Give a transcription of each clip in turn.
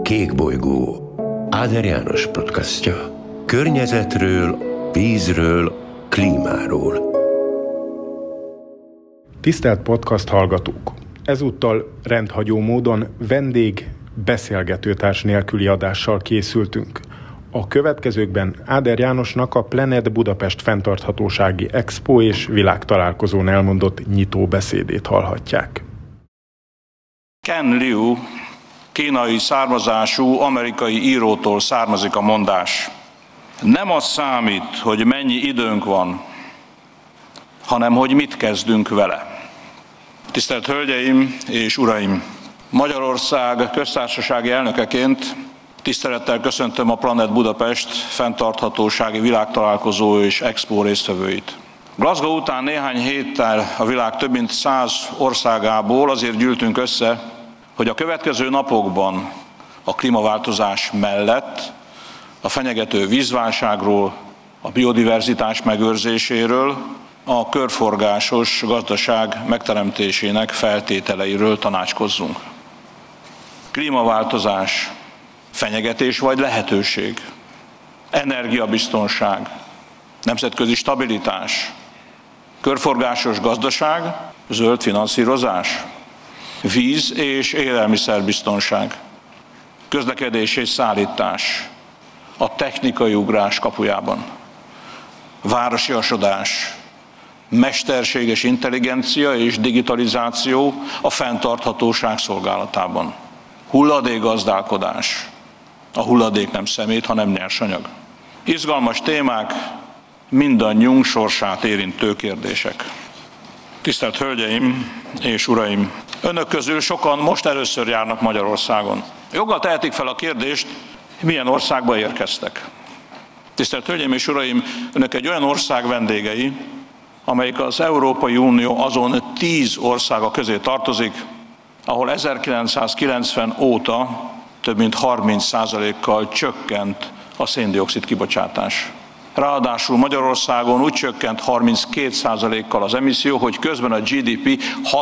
Kékbolygó, Áder János podcastja. Környezetről, vízről, klímáról. Tisztelt podcast hallgatók! Ezúttal rendhagyó módon vendég, beszélgetőtárs nélküli adással készültünk. A következőkben Áder Jánosnak a Planet Budapest fenntarthatósági expo és világtalálkozón elmondott nyitó beszédét hallhatják. Ken Liu, kínai származású amerikai írótól származik a mondás. Nem az számít, hogy mennyi időnk van, hanem hogy mit kezdünk vele. Tisztelt Hölgyeim és Uraim! Magyarország köztársasági elnökeként tisztelettel köszöntöm a Planet Budapest fenntarthatósági világtalálkozó és expo résztvevőit. Glasgow után néhány héttel a világ több mint 100 országából azért gyűltünk össze, hogy a következő napokban a klímaváltozás mellett a fenyegető vízválságról, a biodiverzitás megőrzéséről, a körforgásos gazdaság megteremtésének feltételeiről tanácskozzunk. Klímaváltozás, fenyegetés vagy lehetőség, energiabiztonság, nemzetközi stabilitás, körforgásos gazdaság, zöld finanszírozás, víz- és élelmiszerbiztonság, közlekedés és szállítás, a technikai ugrás kapujában, városiasodás, mesterséges intelligencia és digitalizáció a fenntarthatóság szolgálatában, hulladékgazdálkodás, a hulladék nem szemét, hanem nyersanyag. Izgalmas témák, mindannyiunk sorsát érintő kérdések. Tisztelt Hölgyeim és Uraim! Önök közül sokan most először járnak Magyarországon. Joggal tehetik fel a kérdést, milyen országba érkeztek. Tisztelt Hölgyeim és Uraim! Önök egy olyan ország vendégei, amelyik az Európai Unió azon 10 országa közé tartozik, ahol 1990 óta több mint 30%-kal csökkent a szén-dioxid kibocsátás. Ráadásul Magyarországon úgy csökkent 32%-kal az emisszió, hogy közben a GDP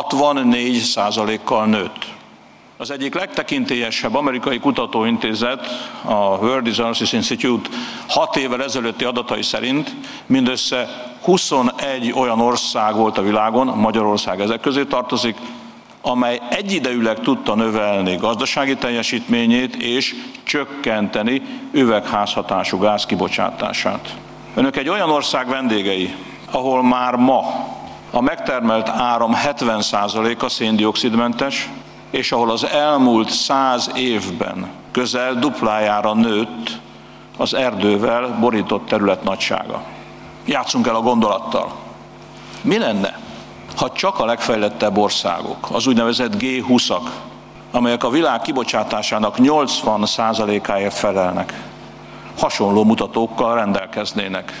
64%-kal nőtt. Az egyik legtekintélyesebb amerikai kutatóintézet, a World Resources Institute 6 évvel ezelőtti adatai szerint mindössze 21 olyan ország volt a világon, Magyarország ezek közé tartozik, amely egyidejűleg tudta növelni gazdasági teljesítményét és csökkenteni üvegházhatású gáz kibocsátását. Önök egy olyan ország vendégei, ahol már ma a megtermelt áram 70%-a szén-dioxidmentes, és ahol az elmúlt 100 évben közel duplájára nőtt az erdővel borított terület nagysága. Játsszunk el a gondolattal. Mi lenne, ha csak a legfejlettebb országok, az úgynevezett G20-ak, amelyek a világ kibocsátásának 80%-áért felelnek, hasonló mutatókkal rendelkeznének.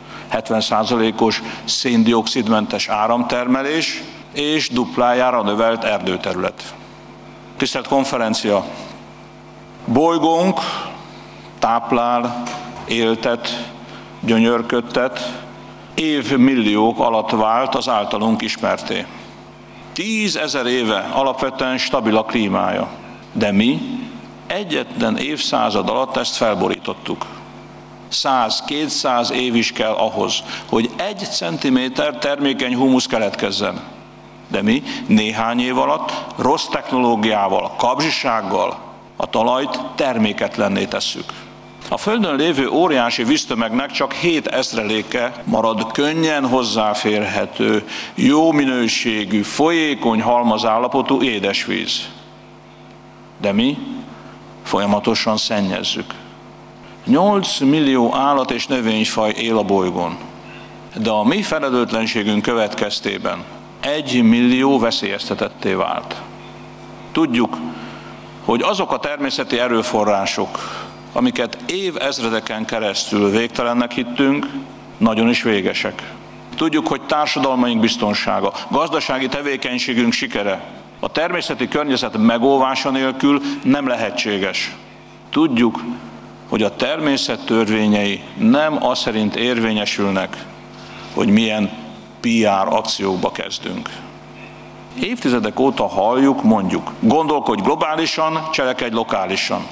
70%-os szén-dioxidmentes áramtermelés és duplájára növelt erdőterület. Tisztelt konferencia! Bolygónk táplál, éltet, gyönyörködtet, évmilliók alatt vált az általunk ismerté. 10 000 éve alapvetően stabil a klímája, de mi egyetlen évszázad alatt ezt felborítottuk. 100-200 év is kell ahhoz, hogy 1 centiméter termékeny humusz keletkezzen. De mi néhány év alatt rossz technológiával, kapzsisággal a talajt terméketlenné tesszük. A Földön lévő óriási víztömegnek csak 7/1000 marad könnyen hozzáférhető, jó minőségű, folyékony halmazállapotú édesvíz. De mi folyamatosan szennyezzük. 8 millió állat és növényfaj él a bolygón, de a mi felelőtlenségünk következtében 1 millió veszélyeztetetté vált. Tudjuk, hogy azok a természeti erőforrások, amiket évezredeken keresztül végtelennek hittünk, nagyon is végesek. Tudjuk, hogy társadalmaink biztonsága, gazdasági tevékenységünk sikere, a természeti környezet megóvása nélkül nem lehetséges. Tudjuk, hogy a természet törvényei nem az szerint érvényesülnek, hogy milyen PR akcióba kezdünk. Évtizedek óta halljuk, mondjuk, gondolkodj globálisan, cselekedj lokálisan.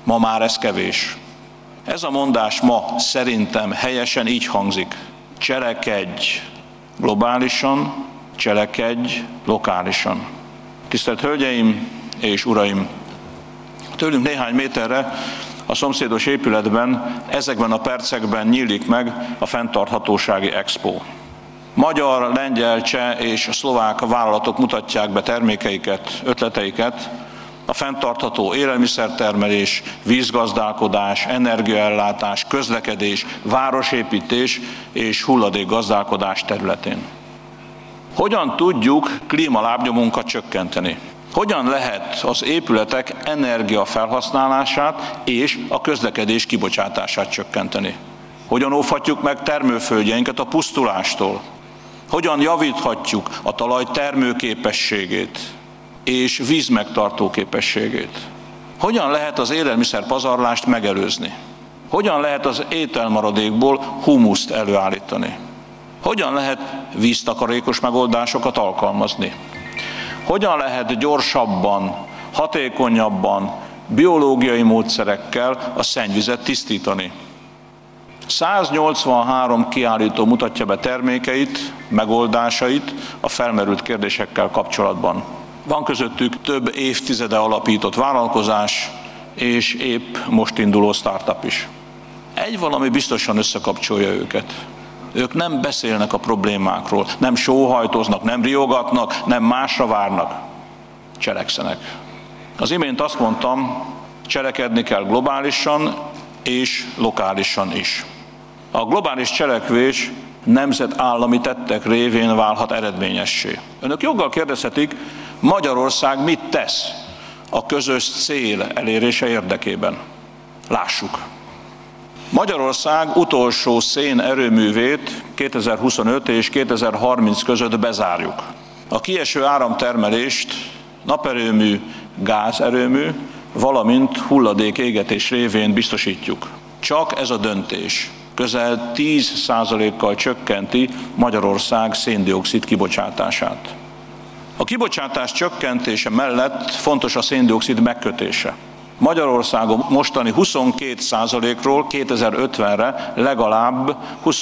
Ma már ez kevés. Ez a mondás ma szerintem helyesen így hangzik. Cselekedj globálisan, cselekedj lokálisan. Tisztelt Hölgyeim és Uraim! Tőlünk néhány méterre a szomszédos épületben ezekben a percekben nyílik meg a Fenntarthatósági Expo. Magyar, lengyel, cseh és szlovák vállalatok mutatják be termékeiket, ötleteiket, a fenntartható élelmiszertermelés, vízgazdálkodás, energiaellátás, közlekedés, városépítés és hulladékgazdálkodás területén. Hogyan tudjuk klímalábnyomunkat csökkenteni? Hogyan lehet az épületek energiafelhasználását és a közlekedés kibocsátását csökkenteni? Hogyan óvhatjuk meg termőföldjeinket a pusztulástól? Hogyan javíthatjuk a talaj termőképességét és vízmegtartó képességét? Hogyan lehet az élelmiszer pazarlást megelőzni? Hogyan lehet az ételmaradékból humuszt előállítani? Hogyan lehet víztakarékos megoldásokat alkalmazni? Hogyan lehet gyorsabban, hatékonyabban, biológiai módszerekkel a szennyvizet tisztítani? 183 kiállító mutatja be termékeit, megoldásait a felmerült kérdésekkel kapcsolatban. Van közöttük több évtizede alapított vállalkozás, és épp most induló startup is. Egy valami biztosan összekapcsolja őket. Ők nem beszélnek a problémákról, nem sóhajtoznak, nem riogatnak, nem másra várnak. Cselekszenek. Az imént azt mondtam, cselekedni kell globálisan és lokálisan is. A globális cselekvés nemzetállami tettek révén válhat eredményessé. Önök joggal kérdezhetik, Magyarország mit tesz a közös cél elérése érdekében? Lássuk. Magyarország utolsó szénerőművét 2025 és 2030 között bezárjuk. A kieső áramtermelést naperőmű, gázerőmű, valamint hulladék égetés révén biztosítjuk. Csak ez a döntés közel 10%-kal csökkenti Magyarország szén-dioxid kibocsátását. A kibocsátás csökkentése mellett fontos a szén-dioxid megkötése. Magyarországon mostani 22%-ról 2050-re legalább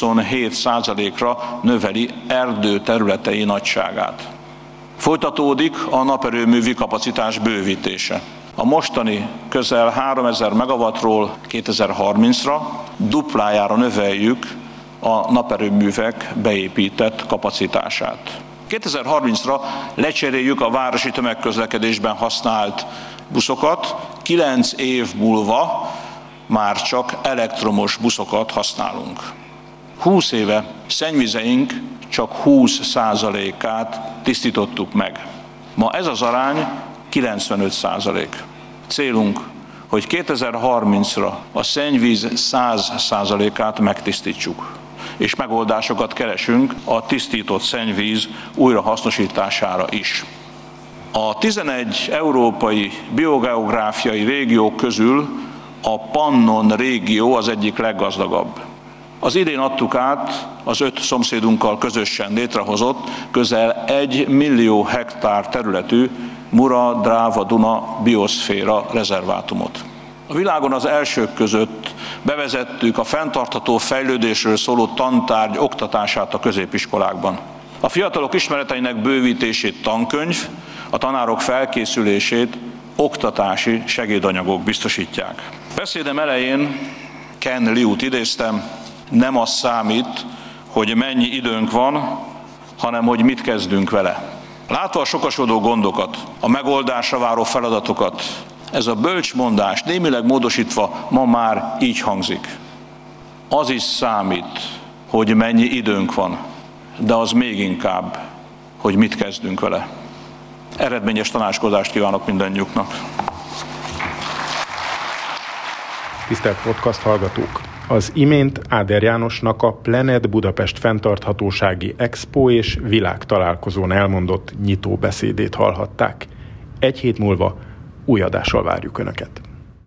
27%-ra növeli erdőterületei nagyságát. Folytatódik a naperőművi kapacitás bővítése. A mostani közel 3000 megawattról 2030-ra duplájára növeljük a naperőművek beépített kapacitását. 2030-ra lecseréljük a városi tömegközlekedésben használt buszokat, 9 év múlva már csak elektromos buszokat használunk. 20 éve szennyvizeink csak 20%-át tisztítottuk meg. Ma ez az arány 95%. Célunk, hogy 2030-ra a szennyvíz 100%-át megtisztítsuk, és megoldásokat keresünk a tisztított szennyvíz újrahasznosítására is. A 11 európai biogeográfiai régió közül a Pannon régió az egyik leggazdagabb. Az idén adtuk át az 5 szomszédunkkal közösen létrehozott közel 1 millió hektár területű Mura-Dráva-Duna bioszféra rezervátumot. A világon az elsők között bevezettük a fenntartható fejlődésről szóló tantárgy oktatását a középiskolákban. A fiatalok ismereteinek bővítését tankönyv, a tanárok felkészülését oktatási segédanyagok biztosítják. Beszédem elején Ken Liu-t idéztem, nem az számít, hogy mennyi időnk van, hanem hogy mit kezdünk vele. Látva a sokasodó gondokat, a megoldásra váró feladatokat, ez a bölcs mondás némileg módosítva ma már így hangzik. Az is számít, hogy mennyi időnk van, de az még inkább, hogy mit kezdünk vele. Eredményes tanácskozást kívánok mindannyiuknak. Tisztelt podcast hallgatók! Az imént Áder Jánosnak a Planet Budapest Fenntarthatósági Expo és világtalálkozón elmondott nyitó beszédét hallhatták. Egy hét múlva új adással várjuk Önöket.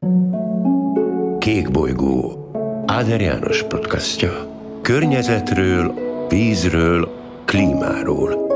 Kékbolygó, Áder János podcastja. Környezetről, vízről, klímáról.